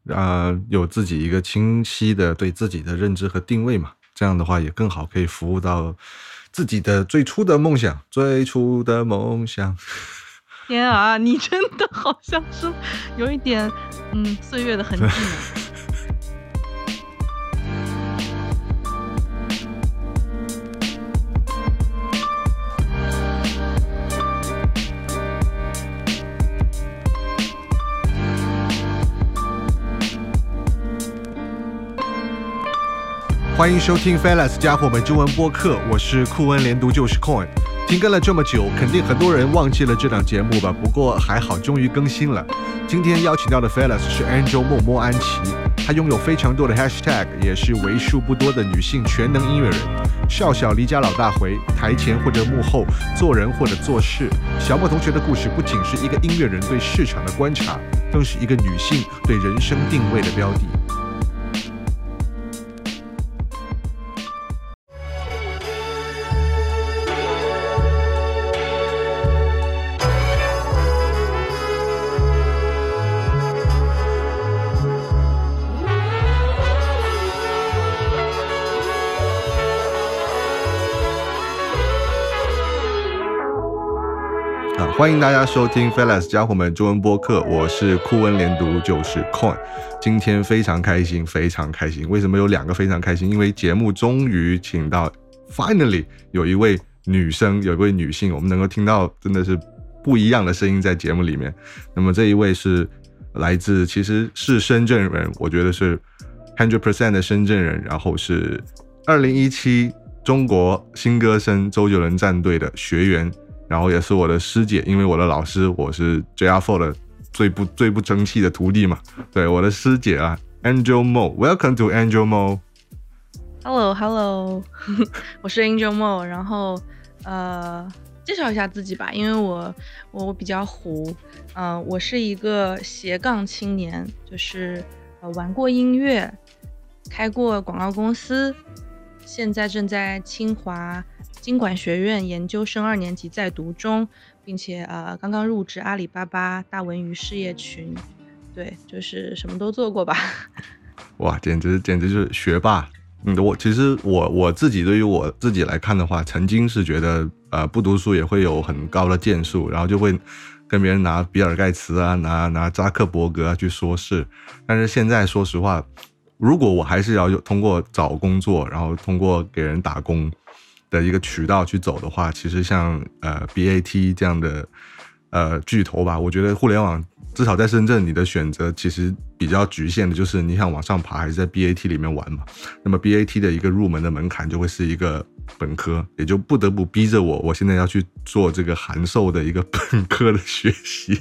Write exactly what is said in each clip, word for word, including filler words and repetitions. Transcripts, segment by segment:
呃，有自己一个清晰的对自己的认知和定位嘛，这样的话也更好可以服务到自己的最初的梦想，最初的梦想。 天啊，你真的好像是有一点嗯岁月的痕迹呢。 欢迎收听 Fellas 家伙们中文播客，我是酷恩连读就是 Coin。 停更了这么久，肯定很多人忘记了这档节目吧，不过还好终于更新了。今天邀请到的 Fellas 是 Angel Mo 莫安琪，她拥有非常多的 hashtag， 也是为数不多的女性全能音乐人。少小离家老大回，台前或者幕后，做人或者做事。小莫同学的故事不仅是一个音乐人对市场的观察，更是一个女性对人生定位的标的。欢迎大家收听 Fellas 家伙们中文播客，我是酷恩连读就是 Coin。 今天非常开心非常开心，为什么有两个非常开心？因为节目终于请到 Finally 有一位女生，有一位女性，我们能够听到真的是不一样的声音在节目里面。那么这一位是来自其实是深圳人，我觉得是 百分之百 的深圳人，然后是二零一七中国新歌声周杰伦战队的学员，然后也是我的师姐，因为我的老师我是 J R 四 的最不最不争气的徒弟嘛。对，我的师姐啊 Angel Mo， Welcome to Angel Mo。 Hello Hello 我是 Angel Mo， 然后呃介绍一下自己吧，因为我我比较糊，嗯、呃，我是一个斜杠青年，就是呃玩过音乐，开过广告公司，现在正在清华经管学院研究生二年级在读中，并且呃刚刚入职阿里巴巴大文娱事业群。对，就是什么都做过吧。 哇，简直简直就是学霸。嗯，我其实我我自己对于我自己来看的话，曾经是觉得呃不读书也会有很高的建树，然后就会跟别人拿比尔盖茨啊，拿拿扎克伯格啊去说事。但是现在说实话，如果我还是要通过找工作，然后通过给人打工的一个渠道去走的话，其实像呃 B A T 这样的呃巨头吧，我觉得互联网至少在深圳，你的选择其实比较局限的，就是你想往上爬还是在 B A T 里面玩嘛。那么 B A T 的一个入门的门槛就会是一个本科，也就不得不逼着我，我现在要去做这个函授的一个本科的学习。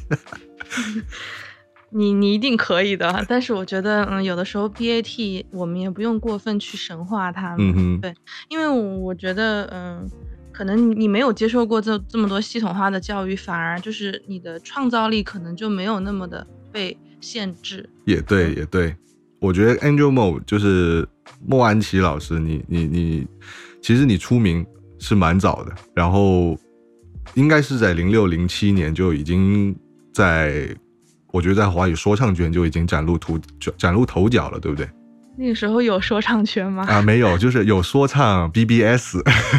你你一定可以的，但是我觉得，嗯，有的时候 B A T 我们也不用过分去神化它们， 嗯哼， 对，因为我觉得，嗯，可能你没有接受过这这么多系统化的教育，反而就是你的创造力可能就没有那么的被限制。 也对，也对，我觉得 Angel Mo 就是莫安琪老师，你你你，其实你出名是蛮早的，然后应该是在零六零七年就已经在。我觉得在华语说唱圈就已经崭露头崭露头角了，对不对？ 那个时候有说唱圈吗？ 啊，没有，就是有说唱 B B S。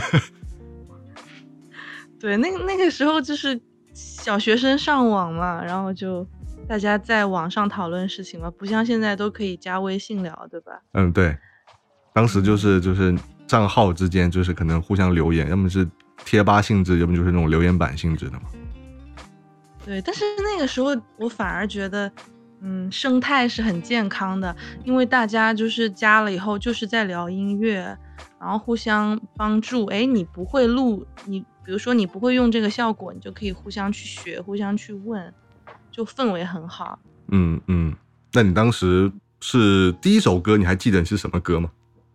对，那那个时候就是小学生上网嘛，然后就大家在网上讨论事情嘛，不像现在都可以加微信聊，对吧？ 嗯，对，当时就是就是账号之间就是可能互相留言，要么是贴吧性质，要么就是那种留言板性质的嘛。 对，但是那个时候我反而觉得，嗯，生态是很健康的，因为大家就是加了以后就是在聊音乐，然后互相帮助。哎，你不会录，你比如说你不会用这个效果，你就可以互相去学，互相去问，就氛围很好。 嗯嗯，那你当时是第一首歌，你还记得你是什么歌吗？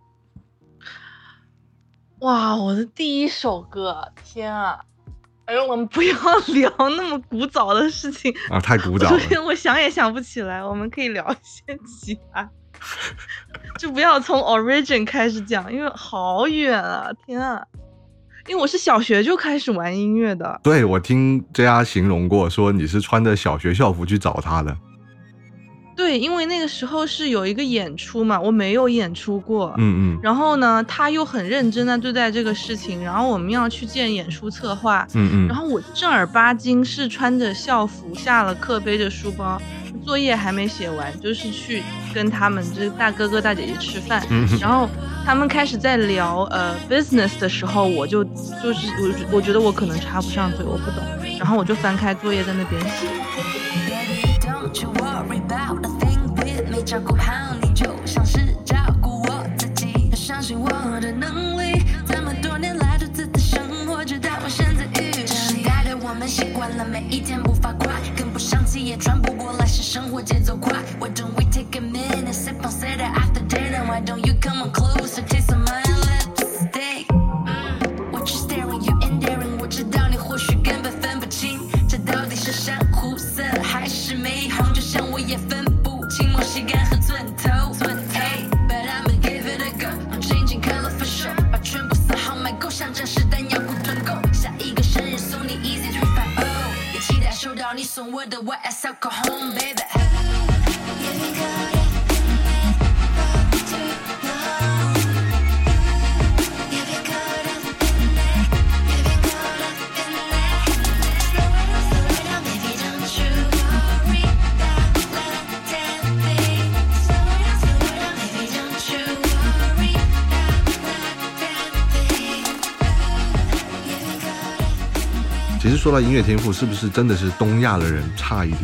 哇，我的第一首歌，天啊！哎，我们不要聊那么古早的事情啊，太古早了。 我, 我想也想不起来，我们可以聊一些其他，就不要从 origin 开始讲，因为好远啊！天啊，因为我是小学就开始玩音乐的。 对，我听 J R 形容过，说你是穿着小学校服去找他的。 对，因为那个时候是有一个演出嘛，我没有演出过， 嗯嗯， 然后呢，他又很认真的对待这个事情，然后我们要去见演出策划， 嗯嗯， 然后我正儿八经是穿着校服下了课，背着书包，作业还没写完，就是去跟他们这大哥哥大姐姐吃饭， 嗯然后他们开始在聊呃 business 的时候，我就就是我我觉得我可能插不上嘴，我不懂，然后我就翻开作业在那边写。 Don't you worry about a thing with me， 照顾好你就像是照顾我自己，要相信我的能力，这么多年来独自的生活，直到我现在遇见时代的我们习惯了每一天不发快，跟不上气也喘不过来，是生活节奏快。 Why don't we take a minute sip on cider after dinner， Why don't you come on closer taste of my lipstick， What you staring you endearing， 我知道你或许根本分不清这到底是珊瑚色还是玫红，就像我也分不清墨西哥和寸头。Hey, but I'ma give it a go. I'm changing color for sure， 把全部色号买够，像战士弹药库囤够。下一个生日送你 Easy three five zero， 也期待收到你送我的 Y S L Cajon baby。 其实说到音乐天赋，是不是真的是东亚的人差一点？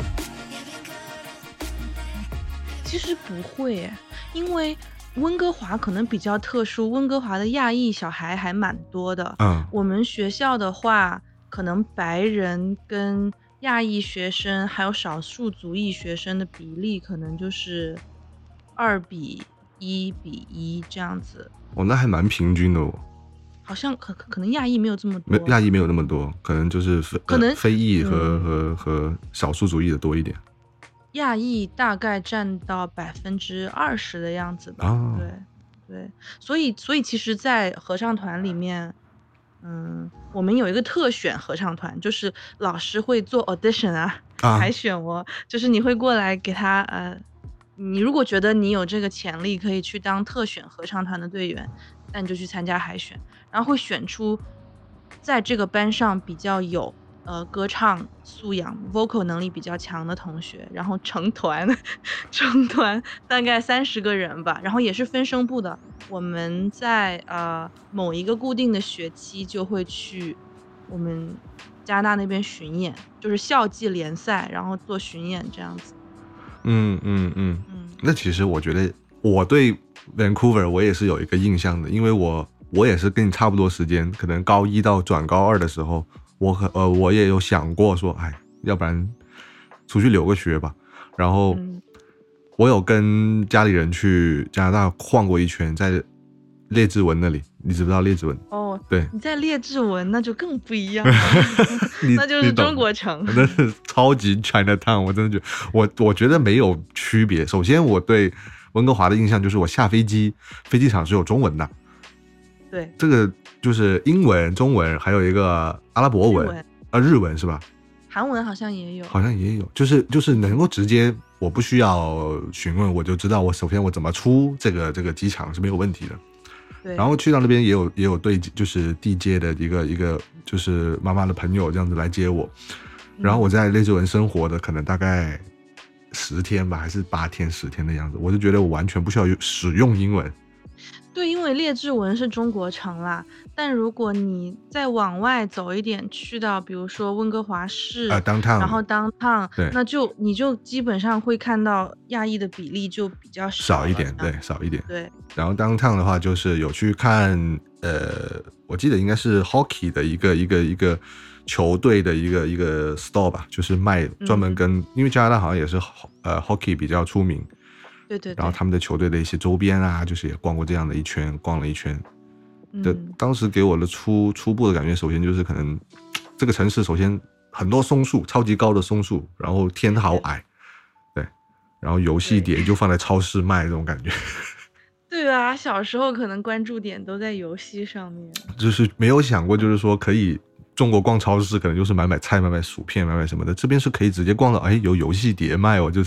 其实不会耶，因为温哥华可能比较特殊，温哥华的亚裔小孩还蛮多的。 嗯， 我们学校的话，可能白人跟亚裔学生还有少数族裔学生的比例，可能就是二比一比一这样子。 哦，那还蛮平均的哦。 好像可可能亚裔没有这么没多， 亚裔没有那么多，可能就是非可能呃、非裔和、 嗯、 和和少数族裔的多一点。 亚裔大概占到百分之二十的样子吧。 哦、 对对，所以所以其实，在合唱团里面，嗯，我们有一个特选合唱团，就是老师会做 audition 啊， 啊海选哦，就是你会过来给他呃，你如果觉得你有这个潜力，可以去当特选合唱团的队员，那你就去参加海选，然后会选出在这个班上比较有呃歌唱素养 vocal 能力比较强的同学，然后成团成团大概三十个人吧，然后也是分声部的。我们在呃某一个固定的学期就会去我们加拿大那边巡演，就是校际联赛，然后做巡演这样子。 嗯嗯嗯嗯， 那其实我觉得我对 Vancouver 我也是有一个印象的，因为我我也是跟你差不多时间，可能高一到转高二的时候，我可呃我也有想过说，哎，要不然出去留个学吧。然后我有跟家里人去加拿大晃过一圈，在列治文那里，你知不知道列治文？ 哦， 对， 你在列治文那就更不一样了，那就是中国城， 那是超级 Chinatown， 我真的觉得我我觉得没有区别。首先，我对温哥华的印象就是我下飞机，飞机场是有中文的。 对， 这个就是英文、中文，还有一个阿拉伯文， 日文啊，日文是吧？ 韩文好像也有， 好像也有，就是就是能够直接，我不需要询问，我就知道我首先我怎么出这个这个机场是没有问题的。 对， 然后去到那边也有也有对，就是地接的一个一个就是妈妈的朋友这样子来接我，然后我在列治文生活的可能大概十天吧，还是八天十天的样子，我就觉得我完全不需要使用英文。 对，因为列治文是中国城啦，但如果你再往外走一点，去到比如说温哥华市， 呃 downtown， 然后 downtown， 对， 那就你就基本上会看到亚裔的比例就比较少一点， 对， 少一点。 对， 然后 downtown 的话，就是有去看，呃，我记得应该是 hockey 的一个一个一个球队的一个一个 store 吧，就是卖专门跟，嗯、因为加拿大好像也是呃 hockey 比较出名。 对 对, 对， 然后他们的球队的一些周边啊，就是也逛过这样的一圈，逛了一圈。的、 嗯、 当时给我的初初步的感觉，首先就是可能这个城市首先很多松树，超级高的松树，然后天好矮，对，然后游戏碟就放在超市卖这种感觉。 对啊，小时候可能关注点都在游戏上面， 就是没有想过，就是说可以中国逛超市，可能就是买买菜、买买薯片、买买什么的，这边是可以直接逛到，哎，有游戏碟卖哦，就是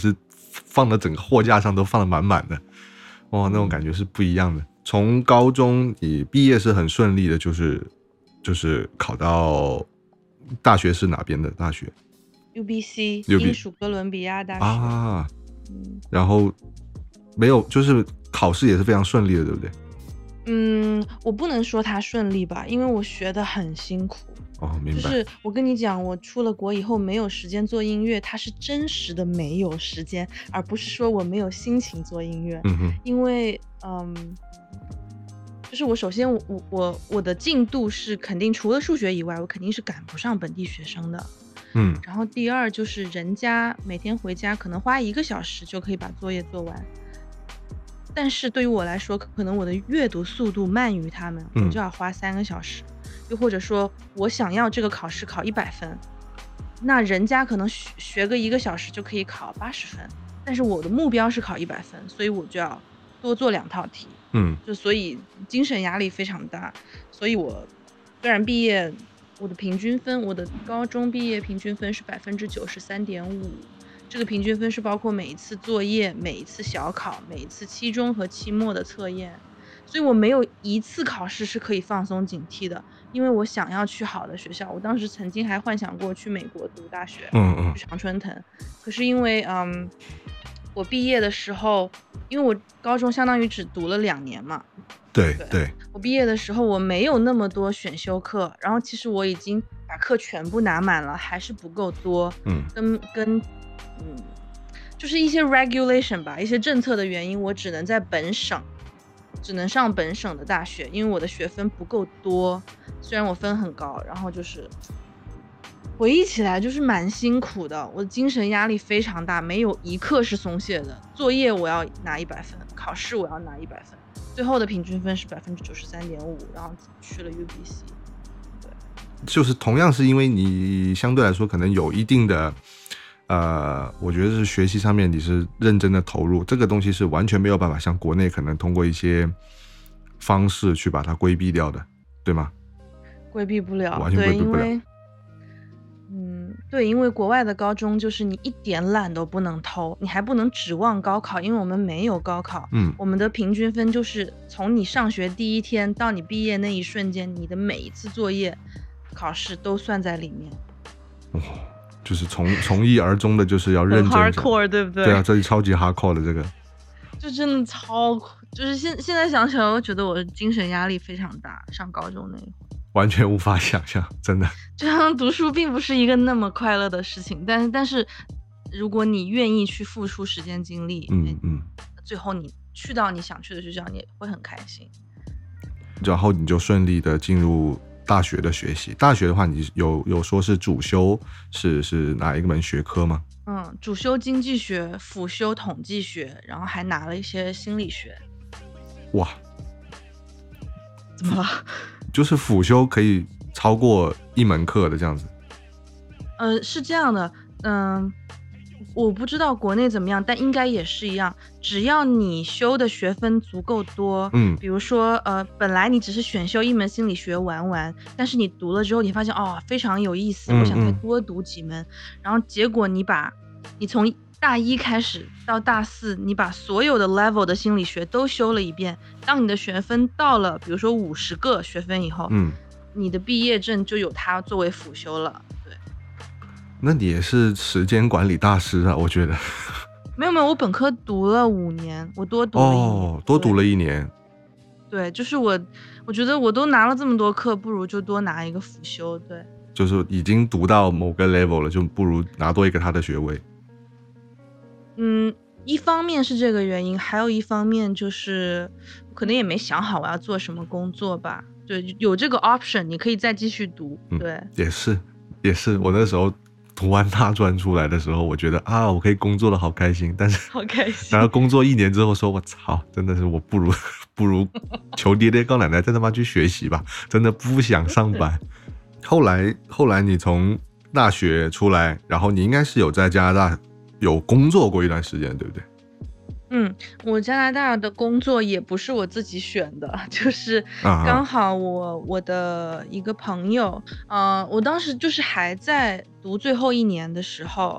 放的整个货架上都放的满满的，哇，那种感觉是不一样的。从高中你毕业是很顺利的，就是就是考到大学是哪边的大学 U B C U B 英属哥伦比亚大学啊？ 嗯， 然后没有，就是考试也是非常顺利的，对不对？ 嗯，我不能说它顺利吧，因为我学得很辛苦。 哦，明白。 就是我跟你讲，我出了国以后没有时间做音乐，它是真实的没有时间，而不是说我没有心情做音乐。 嗯哼， 因为嗯，就是我首先我我我我的进度是肯定除了数学以外，我肯定是赶不上本地学生的。 嗯然后第二就是人家每天回家可能花一个小时就可以把作业做完，但是对于我来说，可能我的阅读速度慢于他们， 嗯我就要花三个小时。又或者说我想要这个考试考一百分，那人家可能学学个一个小时就可以考八十分，但是我的目标是考一百分，所以我就要多做两套题， 嗯就所以精神压力非常大。所以我虽然毕业，我的平均分，我的高中毕业平均分是百分之九十三点五，这个平均分是包括每一次作业、每一次小考、每一次期中和期末的测验，所以我没有一次考试是可以放松警惕的，因为我想要去好的学校。我当时曾经还幻想过去美国读大学， 嗯嗯去常春藤，可是因为嗯，我毕业的时候，因为我高中相当于只读了两年嘛，对对对， 我毕业的时候我没有那么多选修课，然后其实我已经把课全部拿满了，还是不够多， 嗯跟跟嗯，就是一些 regulation 吧，一些政策的原因，我只能在本省，只能上本省的大学，因为我的学分不够多，虽然我分很高，然后就是回忆起来就是蛮辛苦的，我的精神压力非常大，没有一刻是松懈的。作业我要拿一百分，考试我要拿一百分，最后的平均分是百分之九十三点五，然后去了 U B C。 就是同样是因为你相对来说可能有一定的，呃，我觉得是学习上面你是认真的投入，这个东西是完全没有办法像国内可能通过一些方式去把它规避掉的，对吗？ 规避不了， 完全规避不了。 对，因为嗯，对，因为国外的高中就是你一点懒都不能偷，你还不能指望高考，因为我们没有高考。 嗯我们的平均分就是从你上学第一天到你毕业那一瞬间，你的每一次作业、考试都算在里面。 哦，就是从从一而终的，就是要认很真。 hardcore，对不对？ 对啊，这是超级 hardcore 的这个。 就真的超，就是现现在想起来，我觉得我的精神压力非常大。上高中那一会儿， 完全无法想象，真的。 就像读书并不是一个那么快乐的事情，但是但是如果你愿意去付出时间精力， 嗯嗯， 最后你去到你想去的学校，你也会很开心。 然后你就顺利的进入大学的学习。大学的话，你有有说是主修是是哪一个门学科吗？ 嗯，主修经济学，辅修统计学，然后还拿了一些心理学。 哇， 怎么了？ 就是辅修可以超过一门课的这样子。 呃，是这样的，嗯、我不知道国内怎么样，但应该也是一样。只要你修的学分足够多， 嗯比如说，呃，本来你只是选修一门心理学玩玩，但是你读了之后，你发现哦非常有意思， 嗯我想再嗯多读几门，然后结果你把你从大一开始到大四，你把所有的 level 的心理学都修了一遍。当你的学分到了，比如说五十个学分以后， 嗯， 你的毕业证就有它作为辅修了。对， 那你也是时间管理大师啊，我觉得。 没有没有，我本科读了五年，我多读了一年。 哦，多读了一年。 对，就是我，我觉得我都拿了这么多课，不如就多拿一个辅修。对， 就是已经读到某个 level 了，就不如拿多一个他的学位。 嗯，一方面是这个原因，还有一方面就是可能也没想好我要做什么工作吧。对，有这个 option，你可以再继续读。 嗯， 对， 也是也是，我那时候读完大专出来的时候，我觉得啊，我可以工作的好开心，但是好开心。 然后工作一年之后说，我操，真的是我不如不如求爹爹告奶奶，再他妈去学习吧，真的不想上班。后来后来你从大学出来，然后你应该是有在加拿大有工作过一段时间，对不对？ 嗯，我加拿大的工作也不是我自己选的，就是啊刚好我我的一个朋友，呃，我当时就是还在读最后一年的时候，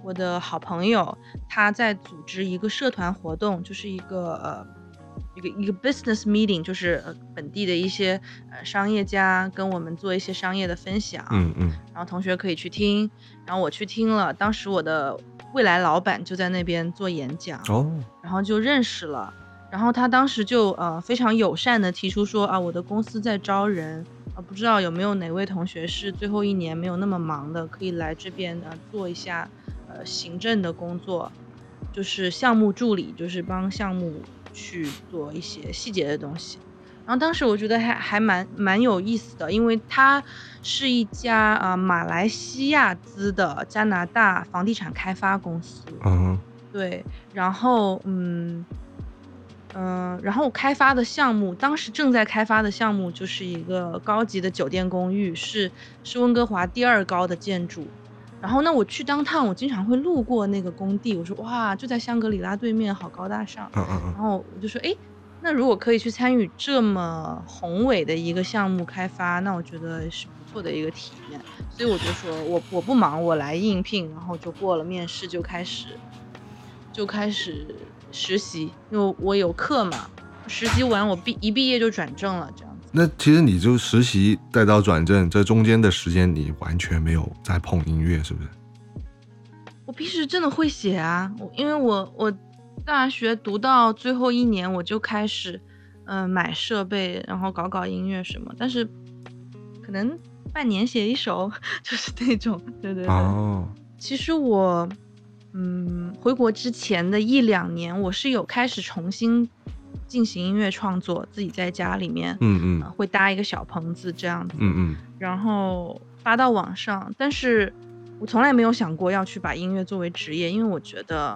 我的好朋友他在组织一个社团活动，就是一个呃一个一个 business meeting， 就是呃本地的一些呃商业家跟我们做一些商业的分享， 嗯嗯， 然后同学可以去听，然后我去听了，当时我的未来老板就在那边做演讲， 哦， 然后就认识了，然后他当时就呃非常友善的提出说啊，我的公司在招人。啊，不知道有没有哪位同学是最后一年没有那么忙的，可以来这边呃做一下呃行政的工作，就是项目助理，就是帮项目去做一些细节的东西。然后当时我觉得还还蛮蛮有意思的，因为它是一家啊、呃、马来西亚资的加拿大房地产开发公司， 嗯， 对，然后嗯。嗯、呃，然后开发的项目，当时正在开发的项目就是一个高级的酒店公寓，是是温哥华第二高的建筑。然后呢，我去当趟，我经常会路过那个工地，我说哇，就在香格里拉对面，好高大上。 嗯嗯嗯， 然后我就说，哎，那如果可以去参与这么宏伟的一个项目开发，那我觉得是不错的一个体验。所以我就说我我不忙，我来应聘，然后就过了面试，就开始就开始。实习，因为我有课嘛，实习完我毕一毕业就转正了，这样子。 那其实你就实习再到转正，这中间的时间你完全没有在碰音乐，是不是？ 我平时真的会写啊，我因为我我大学读到最后一年，我就开始嗯、呃、买设备，然后搞搞音乐什么，但是可能半年写一首，就是那种，对对对。 哦， 其实我。嗯，回国之前的一两年，我是有开始重新进行音乐创作，自己在家里面， 嗯嗯、 呃，会搭一个小棚子这样子， 嗯嗯， 然后发到网上。但是我从来没有想过要去把音乐作为职业，因为我觉得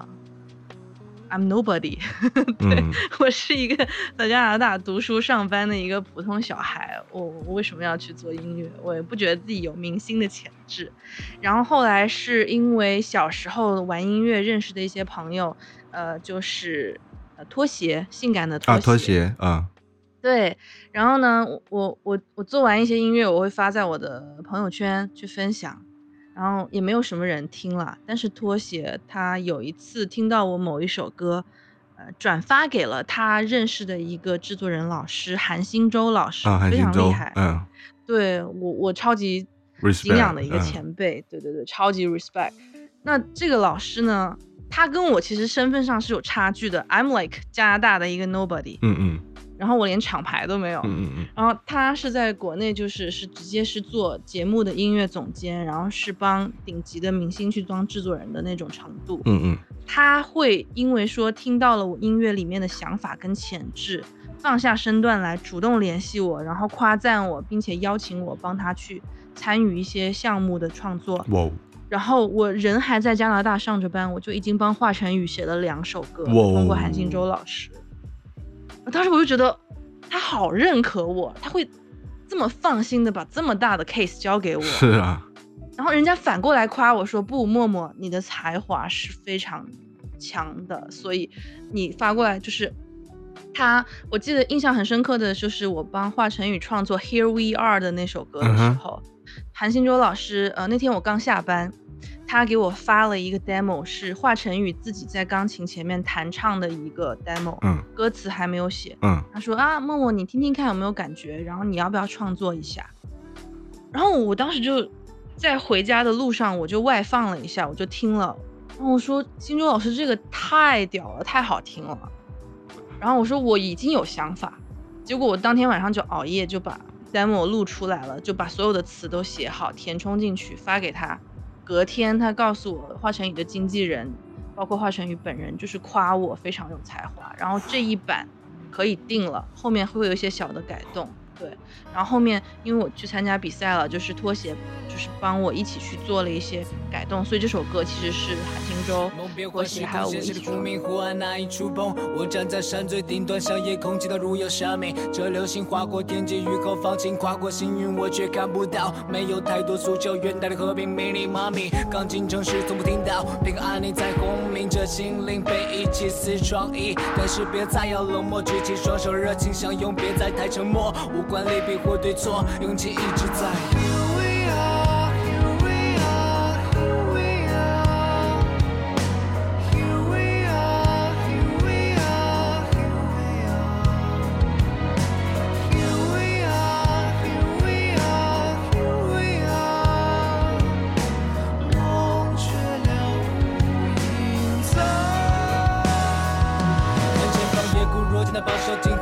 I'm nobody 对、嗯、我是一个在加拿大读书上班的一个普通小孩，我我为什么要去做音乐？我也不觉得自己有明星的潜质。然后后来是因为小时候玩音乐认识的一些朋友，呃，就是呃拖鞋，性感的拖鞋， 啊，拖鞋啊， 对。然后呢，我我我做完一些音乐，我会发在我的朋友圈去分享。然后也没有什么人听了，但是拖鞋他有一次听到我某一首歌，呃，转发给了他认识的一个制作人老师韩新洲老师， 啊、 非常厉害， 嗯， 对我我超级敬仰的一个前辈，嗯、对对对，超级 respect。那这个老师呢，他跟我其实身份上是有差距的 ，I'm like 加拿大的一个 nobody， 嗯嗯。 然后我连厂牌都没有， 嗯嗯然后他是在国内就是是直接是做节目的音乐总监，然后是帮顶级的明星去当制作人的那种程度。 嗯嗯， 他会因为说听到了我音乐里面的想法跟潜质，放下身段来主动联系我，然后夸赞我，并且邀请我帮他去参与一些项目的创作。 哇！ 然后我人还在加拿大上着班，我就已经帮华晨宇写了两首歌，通过韩新洲老师。当时我就觉得他好认可我，他会这么放心的把这么大的 case 交给我。 是啊， 然后人家反过来夸我说，不，默默你的才华是非常强的，所以你发过来就是他。我记得印象很深刻的就是我帮华晨宇创作 Here We Are 的那首歌的时候，嗯、韩新洲老师呃那天我刚下班，他给我发了一个 demo， 是华晨宇自己在钢琴前面弹唱的一个 demo， 嗯， 歌词还没有写， 嗯， 他说啊，默默你听听看有没有感觉，然后你要不要创作一下？然后我当时就在回家的路上，我就外放了一下，我就听了，然后我说新洲老师这个太屌了，太好听了。然后我说我已经有想法，结果我当天晚上就熬夜就把 demo 录出来了，就把所有的词都写好，填充进去发给他。隔天他告诉我，华晨宇的经纪人包括华晨宇本人就是夸我非常有才华，然后这一版可以定了，后面会有一些小的改动。对，然后后面因为我去参加比赛了，就是拖鞋就是帮我一起去做了一些改动，所以这首歌其实是韩新洲、拖鞋还有我一起做。我站在山最顶端，向夜空祈祷如有生命，这流星划过天际，雨后放晴，跨过星云，我却看不到，没有太多诉求，远大的和平，迷你妈咪，刚进城时从不听到平安你在轰鸣，这心灵被遗弃似创意，但是别再要冷漠，举起双手热情相拥，别再太沉默，无关利弊或对错，勇气一直在。Here we are, here we are, here we are.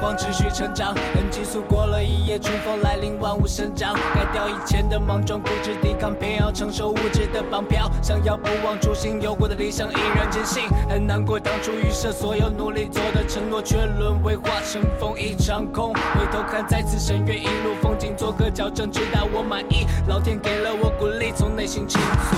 光持续成长，很急速过了一夜，春风来临，万物生长。改掉以前的莽撞固执抵抗，偏要承受物质的绑票。想要不忘初心，有过的理想依然坚信。很难过当初预设所有努力做的承诺，却沦为化成风一场空。回头看再次审阅一路风景，做个矫正，直到我满意。老天给了我鼓励，从内心倾诉。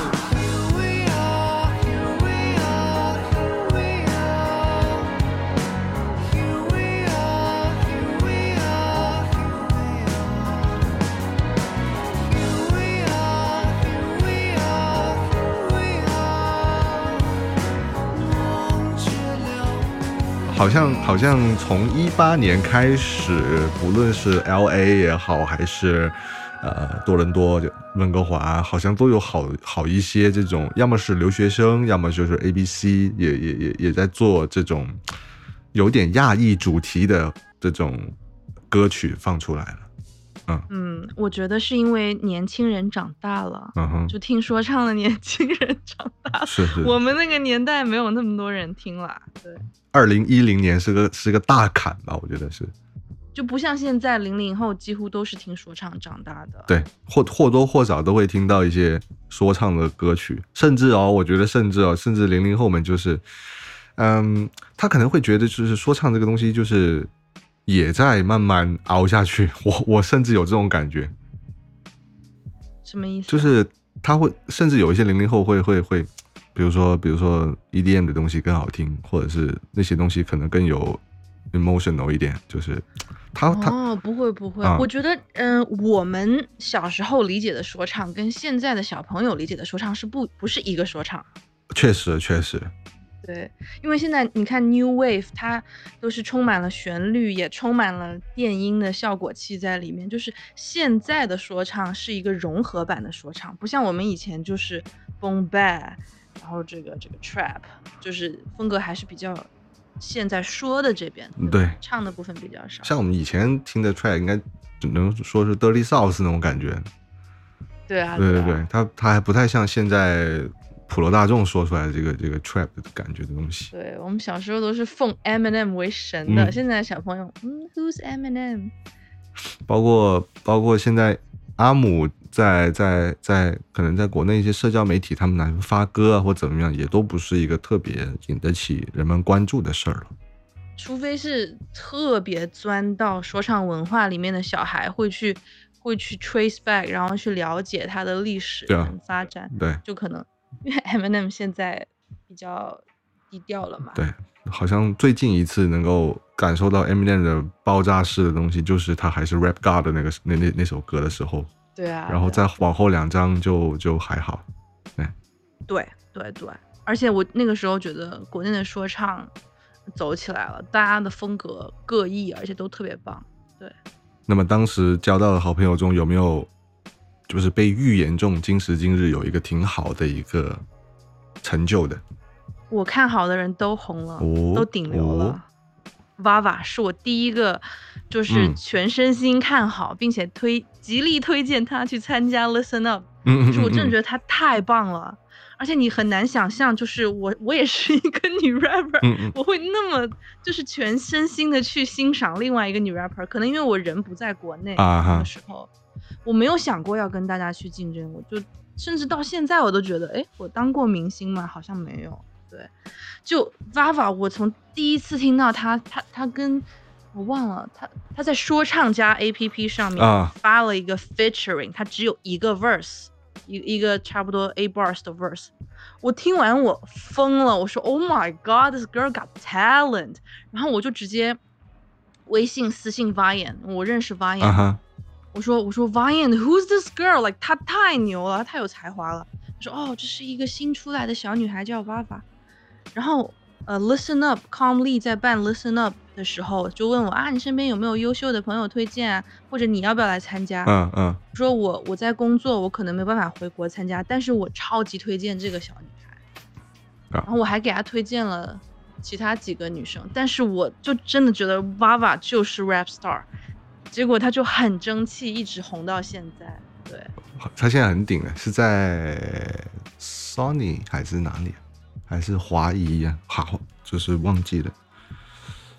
好像好像从一八年开始，不论是 L A 也好，还是呃多伦多、温哥华，好像都有好好一些这种，要么是留学生，要么就是 A B C 也也也也在做这种有点亚裔主题的这种歌曲放出来了。嗯嗯，我觉得是因为年轻人长大了， 嗯哼， 就听说唱的年轻人长大了， 是是， 我们那个年代没有那么多人听啦，对。 二零一零年是个是个大坎吧，我觉得是， 就不像现在零零后几乎都是听说唱长大的， 对，或或多或少都会听到一些说唱的歌曲，甚至哦，我觉得甚至哦，甚至零零后们就是，嗯，他可能会觉得就是说唱这个东西就是也在慢慢熬下去，我我甚至有这种感觉， 什么意思？ 就是他会甚至有一些零零后会会会。比如说，比如说 E D M 的东西更好听，或者是那些东西可能更有 emotional 一点，就是他他哦，不会不会， 啊、 我觉得，嗯、呃，我们小时候理解的说唱跟现在的小朋友理解的说唱是不不是一个说唱。 确实确实， 对，因为现在你看 New Wave， 它都是充满了旋律，也充满了电音的效果器在里面，就是现在的说唱是一个融合版的说唱，不像我们以前就是 boom bap。然后这个这个 trap 就是风格还是比较现在说的这边， 对， 唱的部分比较少。 像我们以前听的 trap 应该只能说是 dirty south 那种感觉。 对啊， 对对对，它它还不太像现在普罗大众说出来的这个这个 trap 的感觉的东西。 对，我们小时候都是奉 Eminem 为神的， 嗯、 现在小朋友，嗯 ，Who's Eminem？ 包括包括现在阿姆。在在在，可能在国内一些社交媒体，他们来发歌啊或怎么样，也都不是一个特别引得起人们关注的事儿了。 除非是特别钻到说唱文化里面的小孩，会去会去 trace back， 然后去了解它的历史跟发展。 对， 就可能因为 Eminem 现在比较低调了嘛。 对，好像最近一次能够感受到 Eminem 的爆炸式的东西，就是他还是 Rap God 的那个那那那首歌的时候。 对啊， 然后再往后两张就就还好，对， 对对对，而且我那个时候觉得国内的说唱走起来了，大家的风格各异，而且都特别棒。对， 那么当时交到的好朋友中有没有就是被预言中今时今日有一个挺好的一个成就的？ 我看好的人都红了， 哦、 都顶流了。哦Vava 是我第一个，就是全身心看好，嗯、并且推极力推荐他去参加 Listen Up， 嗯嗯嗯， 就是我真的觉得他太棒了，而且你很难想象，就是我我也是一个女 rapper， 嗯嗯， 我会那么就是全身心的去欣赏另外一个女 rapper， 可能因为我人不在国内啊的时候，我没有想过要跟大家去竞争，我就甚至到现在我都觉得，哎，我当过明星吗？好像没有。对，就 Vava， 我从第一次听到他，他他跟我忘了，他他在说唱家 A P P 上面发了一个 featuring，、啊、他只有一个 verse， 一一个差不多 A bars 的 verse， 我听完我疯了，我说 Oh my God，this girl got talent， 然后我就直接微信私信 Vian， 我认识 Vian，、uh-huh. 我说我说 Vian，who's this girl？ like 她太牛了，太有才华了。他说哦，这是一个新出来的小女孩叫 Vava。然后呃 ，Listen Up，Com Lee 在办 Listen Up 的时候就问我啊，你身边有没有优秀的朋友推荐啊？或者你要不要来参加？ 嗯嗯。 我说我我在工作，我可能没办法回国参加，但是我超级推荐这个小女孩。然后我还给她推荐了其他几个女生，但是我就真的觉得 Vava 就是 rap star， 结果她就很争气，一直红到现在。对， 她现在很顶了，是在 Sony 还是哪里？还是华谊呀？好，就是忘记了。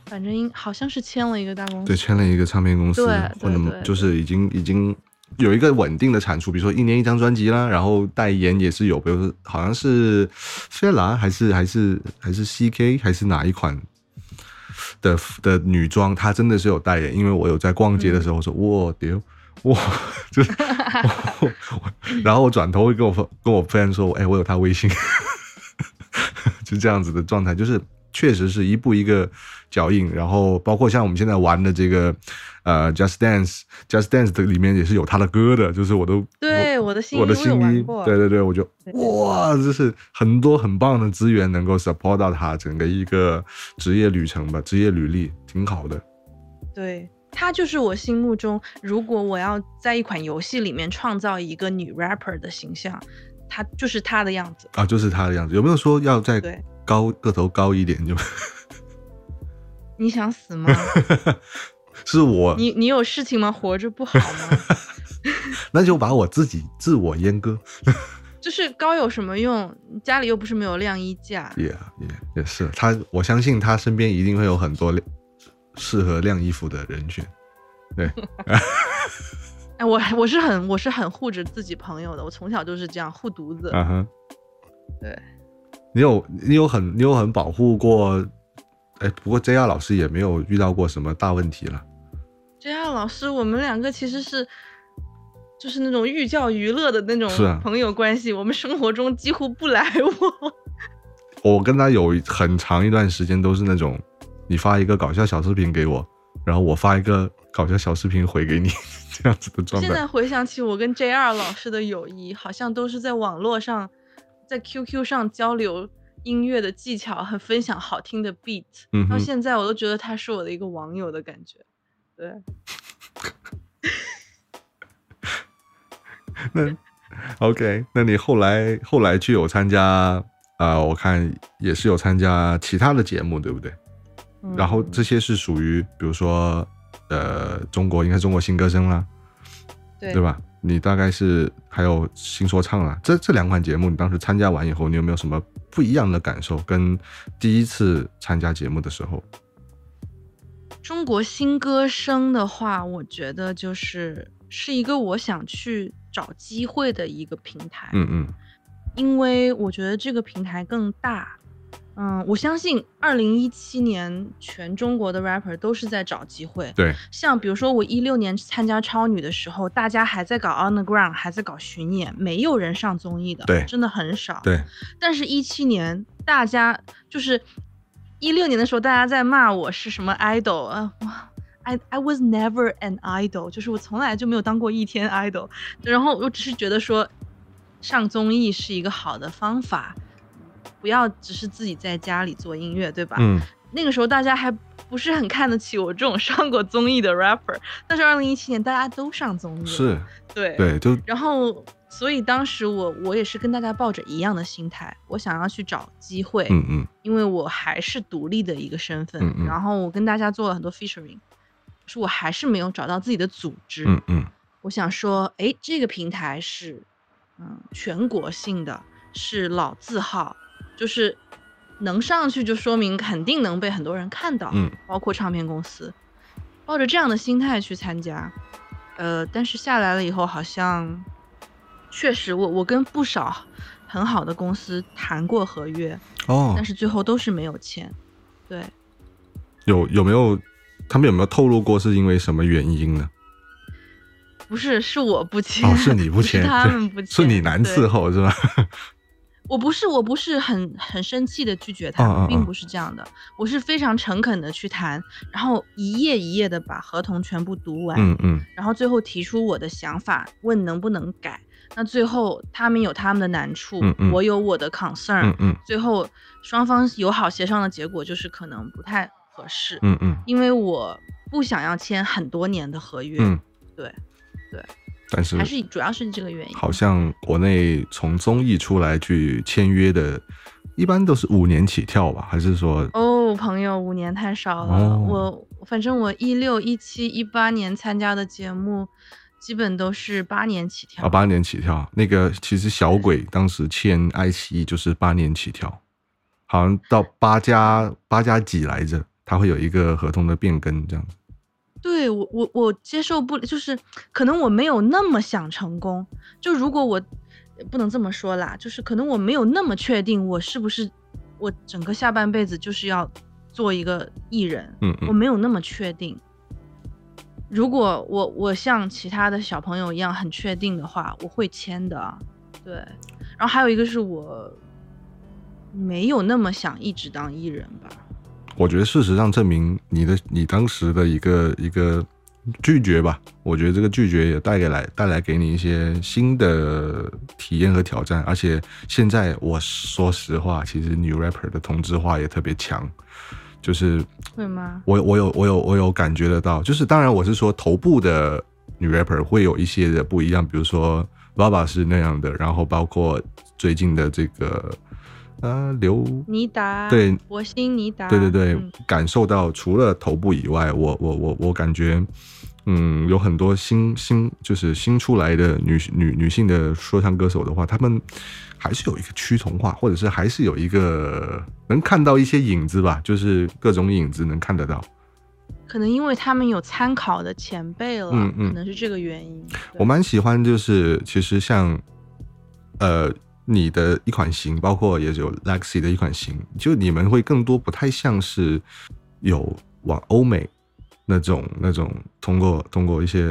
反正应好像是签了一个大公司， 对，签了一个唱片公司， 对或者对对就是已经已经有一个稳定的产出，比如说一年一张专辑啦，然后代言也是有，比如说好像是菲拉还是还是还是 C K 还是哪一款的的女装，她真的是有代言，因为我有在逛街的时候说，哇丢。哇，就是然后我转头会跟我跟我 friend 说，哎，我有他微信，就这样子的状态，就是确实是一步一个脚印，然后包括像我们现在玩的这个呃 Just Dance，Just Dance 的里面也是有他的歌的，就是我都对我的新衣我的新衣，对对对，我就哇，就是很多很棒的资源能够 support 到他整个一个职业旅程吧，职业履历挺好的， 对。她就是我心目中，如果我要在一款游戏里面创造一个女 rapper 的形象，她就是她的样子啊，就是她的样子。有没有说要再高个头高一点就？ 你想死吗？ 是我， 你你有事情吗？活着不好吗？ 那就把我自己自我阉割。 就是高有什么用？家里又不是没有晾衣架。 也也也是，他我相信他身边一定会有很多适合晾衣服的人选，对。 哎，我我是很我是很护着自己朋友的，我从小就是这样护犊子。 嗯哼， 对。 你有你有很你有很保护过，哎，不过 J R 老师也没有遇到过什么大问题了。 J R 老师，我们两个其实是就是那种寓教于乐的那种朋友关系，啊、我们生活中几乎不来往。 我跟他有很长一段时间都是那种。你发一个搞笑小视频给我，然后我发一个搞笑小视频回给你，这样子的状态。 现在回想起我跟 J R 老师的友谊，好像都是在网络上，在 Q Q 上交流音乐的技巧和分享好听的 beat。嗯，到现在我都觉得他是我的一个网友的感觉。对。 那 OK， 那你后来后来就有参加啊、呃？我看也是有参加其他的节目，对不对？然后这些是属于比如说呃中国应该中国新歌声啦，对对吧？你大概是还有新说唱啦，这这两款节目你当时参加完以后，你有没有什么不一样的感受？跟第一次参加节目的时候？ 中国新歌声的话，我觉得就是是一个我想去找机会的一个平台。 嗯嗯， 因为我觉得这个平台更大。嗯，我相信二零一七年全中国的 rapper 都是在找机会。 对， 像比如说我一六年参加超女的时候，大家还在搞 on the ground， 还在搞巡演，没有人上综艺的， 对， 真的很少。 对， 但是一七年大家就是一六年的时候，大家在骂我是什么 idol 啊，哇 I I was never an idol， 就是我从来就没有当过一天 idol， 然后我只是觉得说上综艺是一个好的方法。不要只是自己在家里做音乐，对吧？ 嗯， 那个时候大家还不是很看得起我这种上过综艺的 rapper， 但是二零一七年大家都上综艺了， 是， 对对，就然后所以当时我我也是跟大家抱着一样的心态，我想要去找机会， 嗯嗯， 因为我还是独立的一个身份， 嗯嗯， 然后我跟大家做了很多 featuring， 是我还是没有找到自己的组织， 嗯嗯， 我想说，哎，这个平台是嗯全国性的，是老字号。就是能上去就说明肯定能被很多人看到， 嗯， 包括唱片公司，抱着这样的心态去参加，呃，但是下来了以后，好像确实我我跟不少很好的公司谈过合约， 哦， 但是最后都是没有签，对， 有有没有他们有没有透露过是因为什么原因呢？ 不是，是我不签， 哦，是你不签， 不是他们不签， 是你难伺候是吧？ 我不是，我不是很很生气的拒绝他们，哦哦哦并不是这样的，我是非常诚恳的去谈，然后一页一页的把合同全部读完， 嗯嗯， 然后最后提出我的想法，问能不能改。那最后他们有他们的难处， 嗯嗯， 我有我的 concern， 嗯嗯， 最后双方友好协商的结果就是可能不太合适， 嗯嗯， 因为我不想要签很多年的合约， 嗯， 对对。 但是还是主要是这个原因。 好像国内从综艺出来去签约的，一般都是五年起跳吧？还是说？ 哦，朋友，五年太少了。哦、我反正我一六、一七、一八年参加的节目，基本都是八年起跳。 啊，八年起跳。那个其实小鬼当时签爱奇艺就是八年起跳，好像到八加八加几来着。 它会有一个合同的变更这样子。 对我我我接受不了，就是可能我没有那么想成功，就如果我不能这么说啦，就是可能我没有那么确定我是不是我整个下半辈子就是要做一个艺人， 嗯嗯， 我没有那么确定。如果我我像其他的小朋友一样很确定的话，我会签的。对，然后还有一个是我没有那么想一直当艺人吧。 我觉得事实上证明你的你当时的一个一个拒绝吧，我觉得这个拒绝也带给来带来给你一些新的体验和挑战，而且现在我说实话，其实女 rapper 的同质化也特别强，就是会吗？ 我我有我有我有感觉得到，就是当然我是说头部的女 rapper 会有一些的不一样，比如说 Vava 是那样的，然后包括最近的这个。呃，刘尼达对， 博兴尼达， 对对对、 嗯， 感受到除了头部以外，我我我我感觉，嗯，有很多新新就是新出来的女女女性的说唱歌手的话，她们还是有一个趋同化，或者是还是有一个能看到一些影子吧，就是各种影子能看得到。 可能因为他们有参考的前辈了， 嗯嗯， 可能是这个原因。 我蛮喜欢，就是其实像呃。你的一款型，包括也有 Lexi 的一款型，就你们会更多不太像是有往欧美那种那种通过通过一些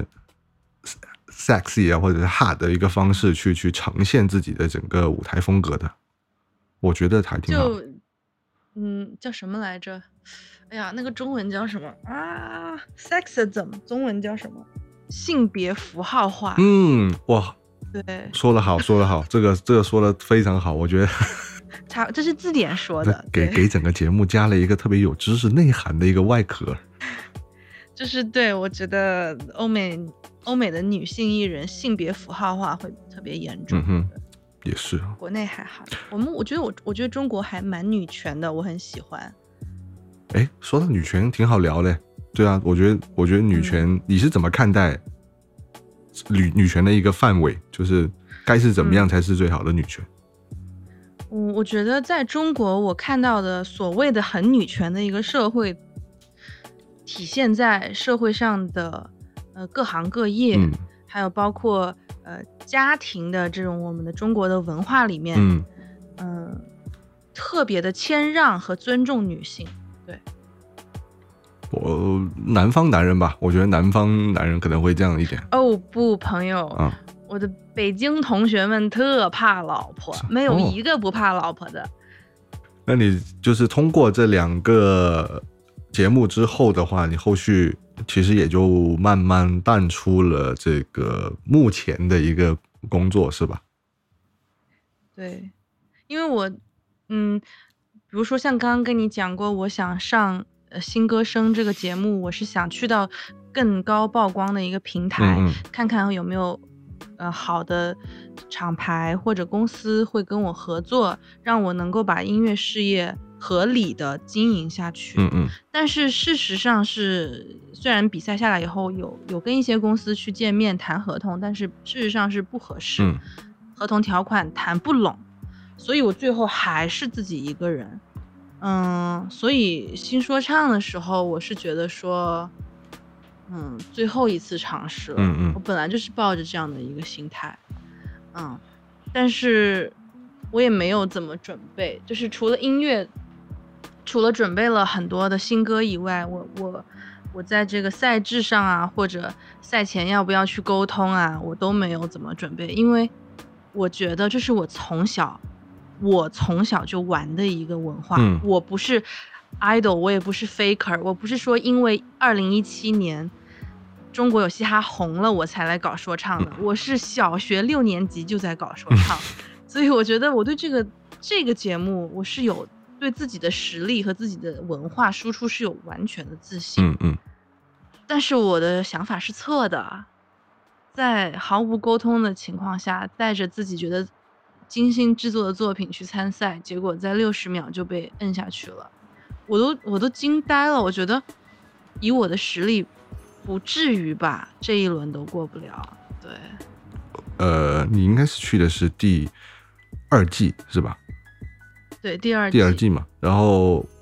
sexy 啊或者是 hard 的一个方式去去呈现自己的整个舞台风格的，我觉得还挺好。 就嗯，叫什么来着？哎呀，那个中文叫什么啊 ？sexism 中文叫什么？性别符号化。 嗯，哇。 对， 说得好，说得好，这个这个说得非常好，我觉得他这是字典说的， 给给整个节目加了一个特别有知识内涵的一个外壳。 就是对，我觉得欧美欧美的女性艺人性别符号化会特别严重。 嗯哼，也是。 国内还好，我们我觉得我我觉得中国还蛮女权的，我很喜欢。 哎，说到女权挺好聊的，对啊，我觉得我觉得女权、嗯、你是怎么看待？女女权的一个范围，就是该是怎么样才是最好的女权？ 嗯，我觉得在中国，我看到的所谓的很女权的一个社会，体现在社会上的呃各行各业，嗯、还有包括呃家庭的这种我们的中国的文化里面，嗯、呃，特别的谦让和尊重女性，对。 我南方男人吧，我觉得南方男人可能会这样一点。 哦不，朋友，啊、我的北京同学们特怕老婆，没有一个不怕老婆的。哦、 那你就是通过这两个节目之后的话，你后续其实也就慢慢淡出了这个目前的一个工作，是吧？ 对，因为我，嗯，比如说像刚刚跟你讲过，我想上。呃，新歌声这个节目，我是想去到更高曝光的一个平台，嗯嗯看看有没有呃好的厂牌或者公司会跟我合作，让我能够把音乐事业合理的经营下去。嗯嗯。但是事实上是，虽然比赛下来以后有有跟一些公司去见面谈合同，但是事实上是不合适，嗯、合同条款谈不拢，所以我最后还是自己一个人。嗯，所以新说唱的时候，我是觉得说，嗯，最后一次尝试了。嗯嗯，我本来就是抱着这样的一个心态，嗯，但是我也没有怎么准备，就是除了音乐，除了准备了很多的新歌以外，我我我在这个赛制上啊，或者赛前要不要去沟通啊，我都没有怎么准备，因为我觉得这是我从小。我从小就玩的一个文化，嗯、我不是 idol， 我也不是 faker， 我不是说因为二零一七年中国有嘻哈红了我才来搞说唱的，嗯、我是小学六年级就在搞说唱，嗯、所以我觉得我对这个这个节目我是有对自己的实力和自己的文化输出是有完全的自信，嗯嗯，但是我的想法是错的，在毫无沟通的情况下，带着自己觉得精心制作的作品去参赛，结果在六十秒就被摁下去了，我都我都惊呆了。我觉得以我的实力，不至于吧，这一轮都过不了。对， 呃，你应该是去的是第二季是吧？ 对，第二季第二季嘛。然后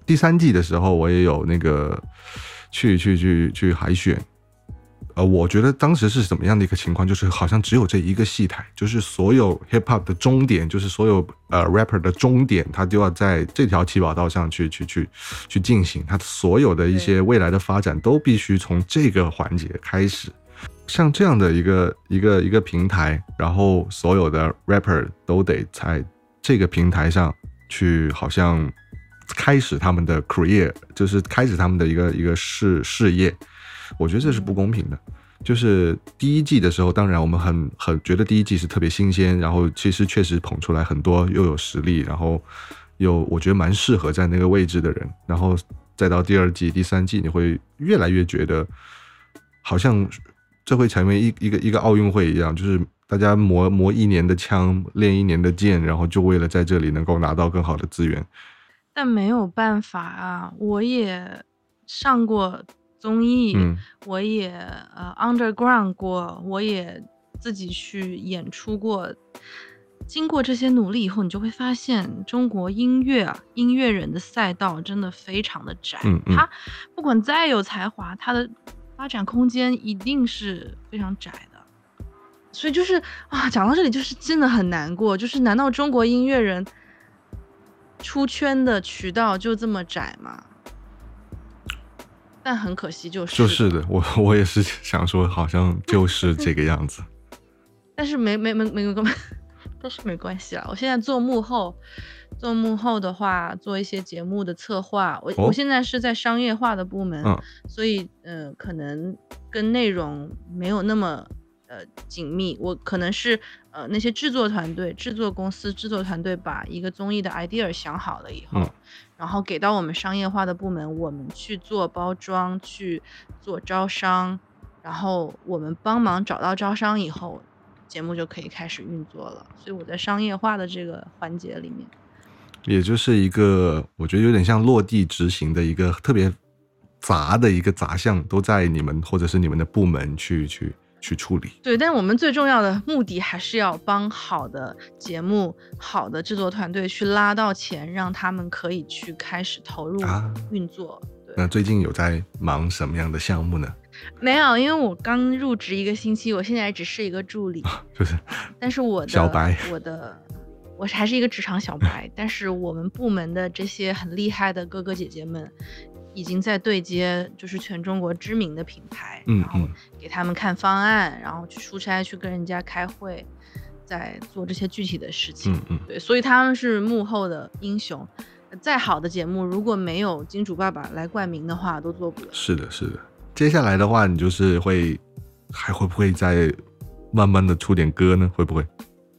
第三季的时候，我也有那个去去去去海选。呃，我觉得当时是怎么样的一个情况，就是好像只有这一个戏台，就是所有 hip hop 的终点，就是所有呃 rapper 的终点，他就要在这条起跑道上去去去去进行，他所有的一些未来的发展都必须从这个环节开始。像这样的一个一个一个平台，然后所有的 rapper 都得在这个平台上去，好像开始他们的 career， 就是开始他们的一个一个事事业。我觉得这是不公平的。就是第一季的时候，当然我们很很觉得第一季是特别新鲜，然后其实确实捧出来很多又有实力，然后又我觉得蛮适合在那个位置的人，然后再到第二季、第三季，你会越来越觉得好像这会成为一一个一个奥运会一样，就是大家磨磨一年的枪，练一年的剑，然后就为了在这里能够拿到更好的资源。 但没有办法啊，我也上过综艺， 嗯， 我也呃 underground 过，我也自己去演出过。经过这些努力以后，你就会发现中国音乐啊，音乐人的赛道真的非常的窄。 嗯嗯， 他不管再有才华，他的发展空间一定是非常窄的。所以就是啊，讲到这里就是真的很难过，就是难道中国音乐人出圈的渠道就这么窄吗？但很可惜，就是就是的，我我也是想说，好像就是这个样子。 但是没没没没没，但是没关系啦。我现在做幕后，做幕后的话，做一些节目的策划。我、哦、我现在是在商业化的部门，嗯、所以呃，可能跟内容没有那么呃紧密。我可能是呃那些制作团队、制作公司、制作团队把一个综艺的 idea 想好了以后。嗯，然后给到我们商业化的部门，我们去做包装，去做招商，然后我们帮忙找到招商以后，节目就可以开始运作了。所以我在商业化的这个环节里面， 也就是一个我觉得有点像落地执行的一个特别杂的一个杂项，都在你们或者是你们的部门去去去处理。 对，但我们最重要的目的还是要帮好的节目、好的制作团队去拉到钱，让他们可以去开始投入运作。啊、对， 那最近有在忙什么样的项目呢？ 没有，因为我刚入职一个星期，我现在只是一个助理， 就是， 但是我的小白， 我的我还是一个职场小白，但是我们部门的这些很厉害的哥哥姐姐们。已经在对接，就是全中国知名的品牌， 嗯， 然后给他们看方案，然后去出差，去跟人家开会，在做这些具体的事情。 嗯嗯， 对，所以他们是幕后的英雄。再好的节目，如果没有金主爸爸来冠名的话，都做不了。 是的，是的。接下来的话，你就是会还会不会再慢慢的出点歌呢？会不会？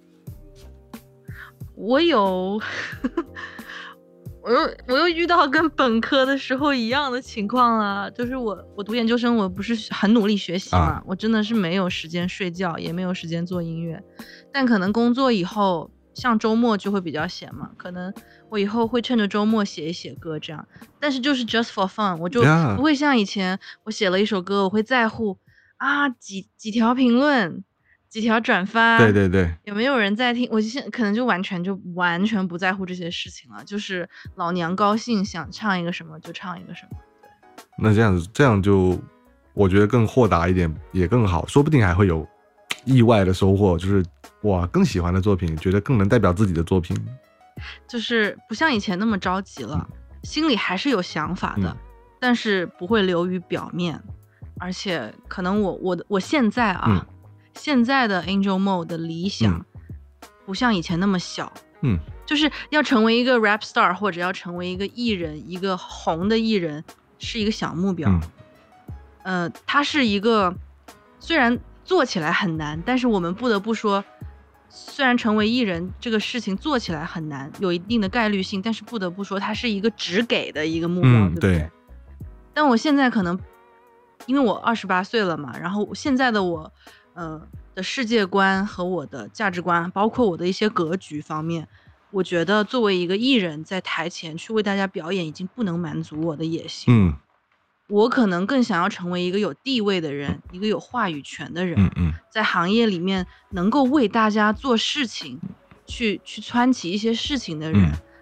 我有。我又我又遇到跟本科的时候一样的情况了，就是我我读研究生，我不是很努力学习嘛，啊、我真的是没有时间睡觉，也没有时间做音乐。但可能工作以后，像周末就会比较闲嘛，可能我以后会趁着周末写一写歌这样。但是就是 just for fun， 我就不会像以前我写了一首歌，我会在乎啊几几条评论。几条转发， 对对对， 有没有人在听？我现可能就完全就完全不在乎这些事情了，就是老娘高兴想唱一个什么就唱一个什么。对， 那这样子这样就我觉得更豁达一点也更好，说不定还会有意外的收获，就是哇更喜欢的作品，觉得更能代表自己的作品， 就是不像以前那么着急了，嗯、心里还是有想法的，嗯、但是不会流于表面，而且可能我我我现在啊。嗯现在的 Angel Mo 的理想、嗯、不像以前那么小， 嗯， 就是要成为一个 rap star 或者要成为一个艺人，一个红的艺人是一个小目标，嗯、呃，它是一个虽然做起来很难，但是我们不得不说，虽然成为艺人这个事情做起来很难，有一定的概率性，但是不得不说它是一个只给的一个目标， 嗯、 对不对？ 对。 但我现在可能因为我二十八岁了嘛，然后现在的我。呃的世界观和我的价值观，包括我的一些格局方面，我觉得作为一个艺人在台前去为大家表演，已经不能满足我的野心。 嗯， 我可能更想要成为一个有地位的人，一个有话语权的人。 嗯嗯， 在行业里面能够为大家做事情，去去撺起一些事情的人， 嗯、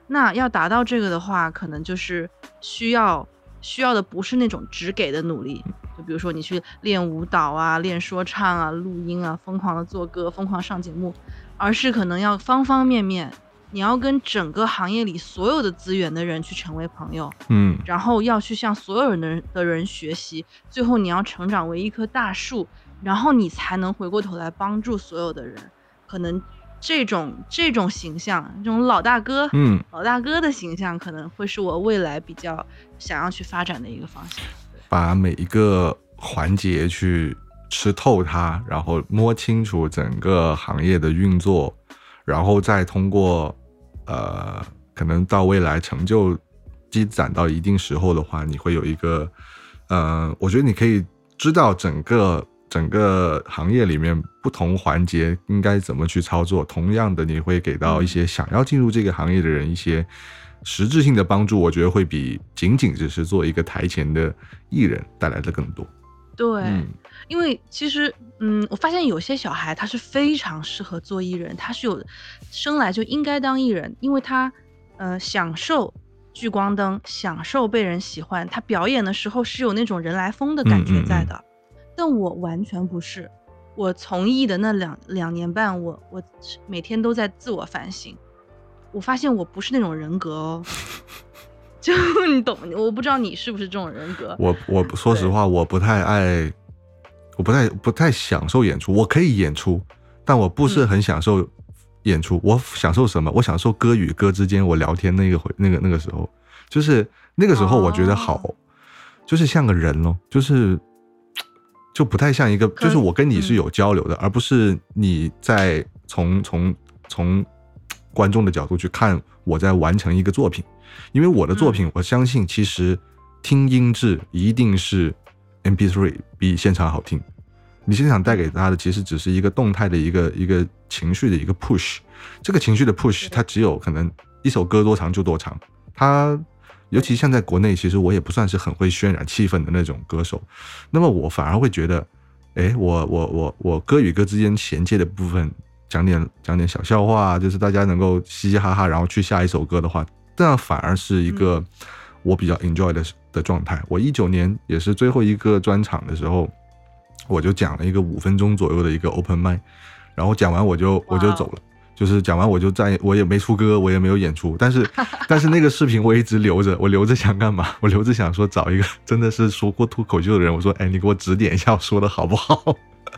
那要达到这个的话，可能就是需要需要的不是那种只给的努力，就比如说你去练舞蹈啊、练说唱啊、录音啊、疯狂的做歌、疯狂上节目，而是可能要方方面面，你要跟整个行业里所有的资源的人去成为朋友， 嗯， 然后要去向所有人的人的人学习，最后你要成长为一棵大树，然后你才能回过头来帮助所有的人。可能这种这种形象，这种老大哥， 嗯， 老大哥的形象，可能会是我未来比较想要去发展的一个方向。 把每一个环节去吃透它，然后摸清楚整个行业的运作，然后再通过呃，可能到未来成就积攒到一定时候的话，你会有一个呃，我觉得你可以知道整个整个行业里面不同环节应该怎么去操作。同样的，你会给到一些想要进入这个行业的人一些实质性的帮助，我觉得会比仅仅只是做一个台前的艺人带来的更多。 对， 嗯， 因为其实，嗯，我发现有些小孩他是非常适合做艺人，他是有生来就应该当艺人，因为他呃享受聚光灯，享受被人喜欢，他表演的时候是有那种人来疯的感觉在的。嗯嗯嗯，但我完全不是，我从艺的那两两年半，我我每天都在自我反省，我发现我不是那种人格哦。就你懂，我不知道你是不是这种人格。 我我说实话，我不太爱，我不太不太享受演出。我可以演出，但我不是很享受演出。嗯、我享受什么？我享受歌与歌之间我聊天那个回那个那个时候，就是那个时候我觉得好，哦、就是像个人咯，就是就不太像一个，就是我跟你是有交流的，嗯、而不是你在从从从观众的角度去看我在完成一个作品。因为我的作品，嗯、我相信其实听音质一定是 M P 三 比现场好听。你现场带给他的其实只是一个动态的一个一个情绪的一个 push， 这个情绪的 push 它只有可能一首歌多长就多长。它尤其像在国内，其实我也不算是很会渲染气氛的那种歌手，那么我反而会觉得，哎，我我我我歌与歌之间衔接的部分，讲点讲点小笑话，就是大家能够嘻嘻哈哈，然后去下一首歌的话。这样反而是一个我比较 enjoy 的的状态。我一九年也是最后一个专场的时候，我就讲了一个五分钟左右的一个 open mic， 然后讲完我就我就走了，就是讲完我就在，我也没出歌，我也没有演出，但是但是那个视频我一直留着，我留着想干嘛？我留着想说找一个真的是说过脱口秀的人，我说，哎，你给我指点一下，我说的好不好？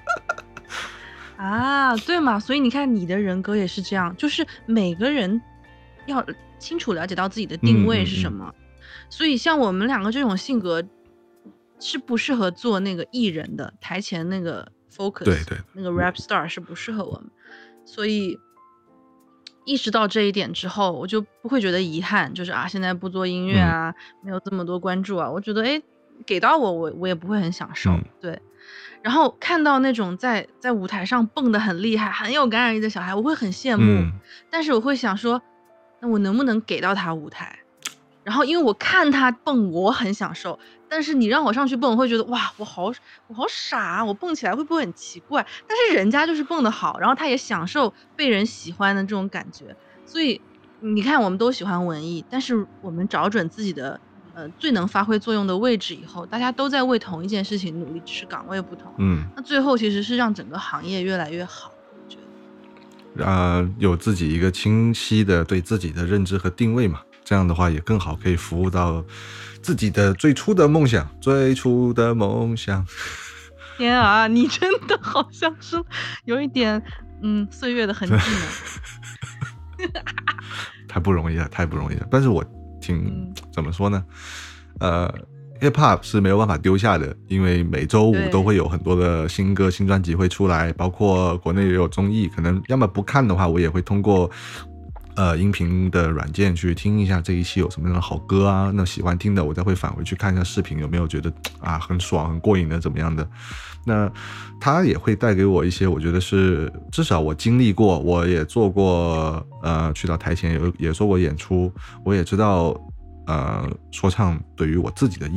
啊，对嘛，所以你看你的人格也是这样，就是每个人要清楚了解到自己的定位是什么，嗯嗯嗯，所以像我们两个这种性格是不适合做那个艺人的，台前那个 focus， 对对， 那个 rap star 是不适合我们，所以意识到这一点之后，我就不会觉得遗憾，就是啊，现在不做音乐啊，嗯、没有这么多关注啊，我觉得哎，给到我，我我也不会很享受，嗯、对。然后看到那种在在舞台上蹦得很厉害、很有感染力的小孩，我会很羡慕，嗯、但是我会想说。那我能不能给到他舞台？然后因为我看他蹦，我很享受，但是你让我上去蹦，我会觉得哇，我好我好傻啊，我蹦起来会不会很奇怪？但是人家就是蹦得好，然后他也享受被人喜欢的这种感觉。所以你看，我们都喜欢文艺，但是我们找准自己的呃最能发挥作用的位置以后，大家都在为同一件事情努力，只是岗位不同。嗯，那最后其实是让整个行业越来越好。 呃，有自己一个清晰的对自己的认知和定位嘛，这样的话也更好可以服务到自己的最初的梦想，最初的梦想。 天啊，你真的好像是有一点嗯岁月的痕迹呢。 太不容易了，太不容易了。但是我挺、嗯、怎么说呢？呃。Hip Hop 是没有办法丢下的，因为每周五都会有很多的新歌、新专辑会出来，包括国内也有综艺。可能要么不看的话，我也会通过呃音频的软件去听一下这一期有什么样的好歌啊。那喜欢听的，我再会返回去看一下视频，有没有觉得啊很爽、很过瘾的怎么样的。那它也会带给我一些，我觉得是至少我经历过，我也做过呃去到台前也也做过演出，我也知道。呃，说唱对于我自己的意义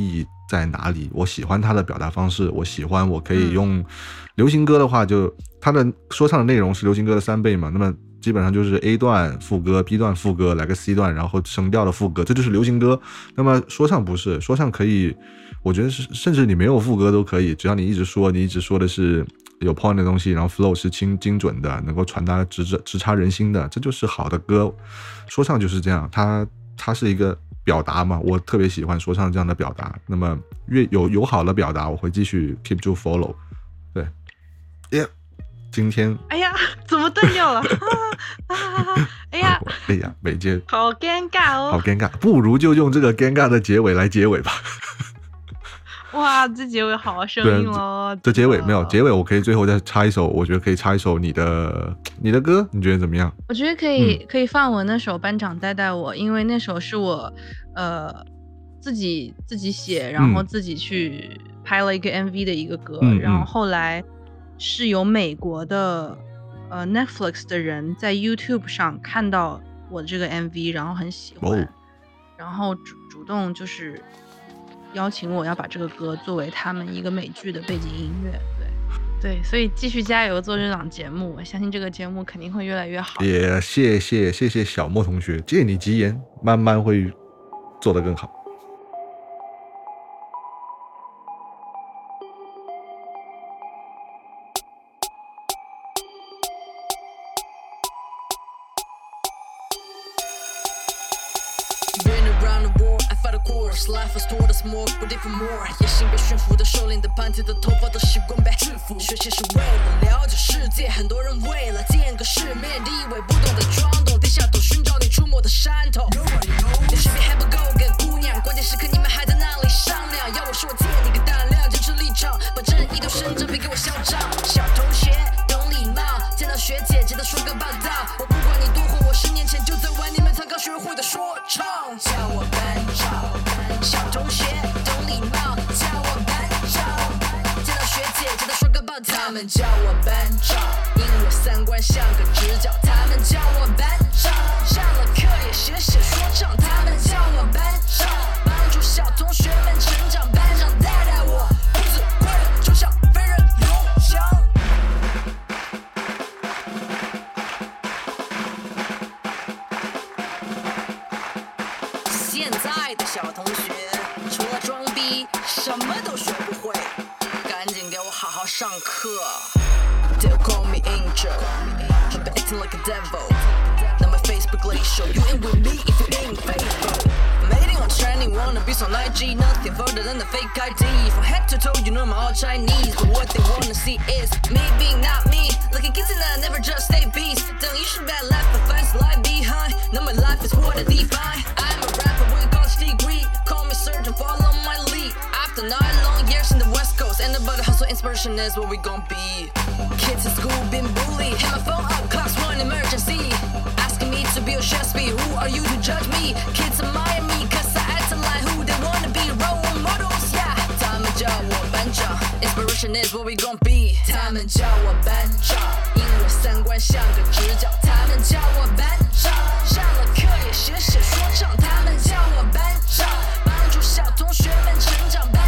在哪里，我喜欢他的表达方式，我喜欢我可以用流行歌的话，就他的说唱的内容是流行歌的三倍嘛，那么基本上就是 A 段副歌 B 段副歌来个 C 段，然后升调的副歌，这就是流行歌。那么说唱不是，说唱可以我觉得是甚至你没有副歌都可以，只要你一直说你一直说的是有 point 的东西，然后 flow 是精精准的，能够传达直直插人心的，这就是好的歌。说唱就是这样，它它是一个表达嘛，我特别喜欢说唱这样的表达。那么越有有好的表达，我会继续 keep 住 follow。对，耶、yeah, 今天哎呀，怎么断掉了？啊啊、哎呀， 哎呀，美姐， 好尴尬哦， 好尴尬，不如就用这个尴尬的结尾来结尾吧。 哇，这结尾好生硬哦。 这结尾没有结尾，我可以最后再插一首，我觉得可以插一首你的你的歌，你觉得怎么样？ 我觉得可以、嗯、可以放我那首《班长带带我》，因为那首是我呃自己自己写，然后自己去拍了一个 M V 的一个歌，嗯、然后后来是有美国的呃 Netflix 的人在 YouTube 上看到我的这个 M V， 然后很喜欢，哦、然后主主动就是邀请我要把这个歌作为他们一个美剧的背景音乐。对对，所以继续加油做这档节目，我相信这个节目肯定会越来越好。 也谢谢谢谢小莫同学，借你吉言，慢慢会做得更好。 Life has taught us more, but even more 野心被驯服的首领的盘体的头发都习惯被制服。学习是为了了解世界，很多人为了见个世面，地位不懂得装懂，地下都寻找你出没的山头。你身边还不够个姑娘，关键时刻你们还在那里商量，要我说我借你个胆量，坚持立场，把正义都伸张，别给我嚣张。小同学懂礼貌，见到学姐记得说个报道，我不管你多火，我十年前就在玩你们才刚学会的说唱，叫我班长。小同学懂礼貌，叫我班长。见到学姐记得说个报道，他们叫我班长，因为三观像个直角。他们叫我班长，上了课也写写说唱。他们叫我班长，帮助小同学们成长。班长带带我，不自贵，就像飞人永翔。现在的小同学除了装逼什么都学不会，赶紧给我好好上课。 They'll call me angel, I've been acting like a devil. Now my face be glacial, you ain't with me if you ain't faithful. Mating on trending, wanna be so I G, nothing further than the fake I D. From head to toe, you know I'm all Chinese, but what they wanna see is me being not me. Like a kids and I never just stay beast. Don't you should bet left, but fans lie behind. Now my life is what I define. I'm a rapper with college degree, call me surgeon, follow my lead. After nine long years in the West Coast, and about the hustle inspiration is what we gon' be. Kids in school been bullied, hit my phone up, class one emergency. Asking me to be a chef, who are you to judge me? Kids admire me, cause I act like who they wanna be, role models, yeah. 他们叫我班长 Inspiration is what we gon' be. 他们叫我班长，因为三观像个直角。他们叫我班长，上了课也写写说唱。他们叫我班长，帮助小同学们成长。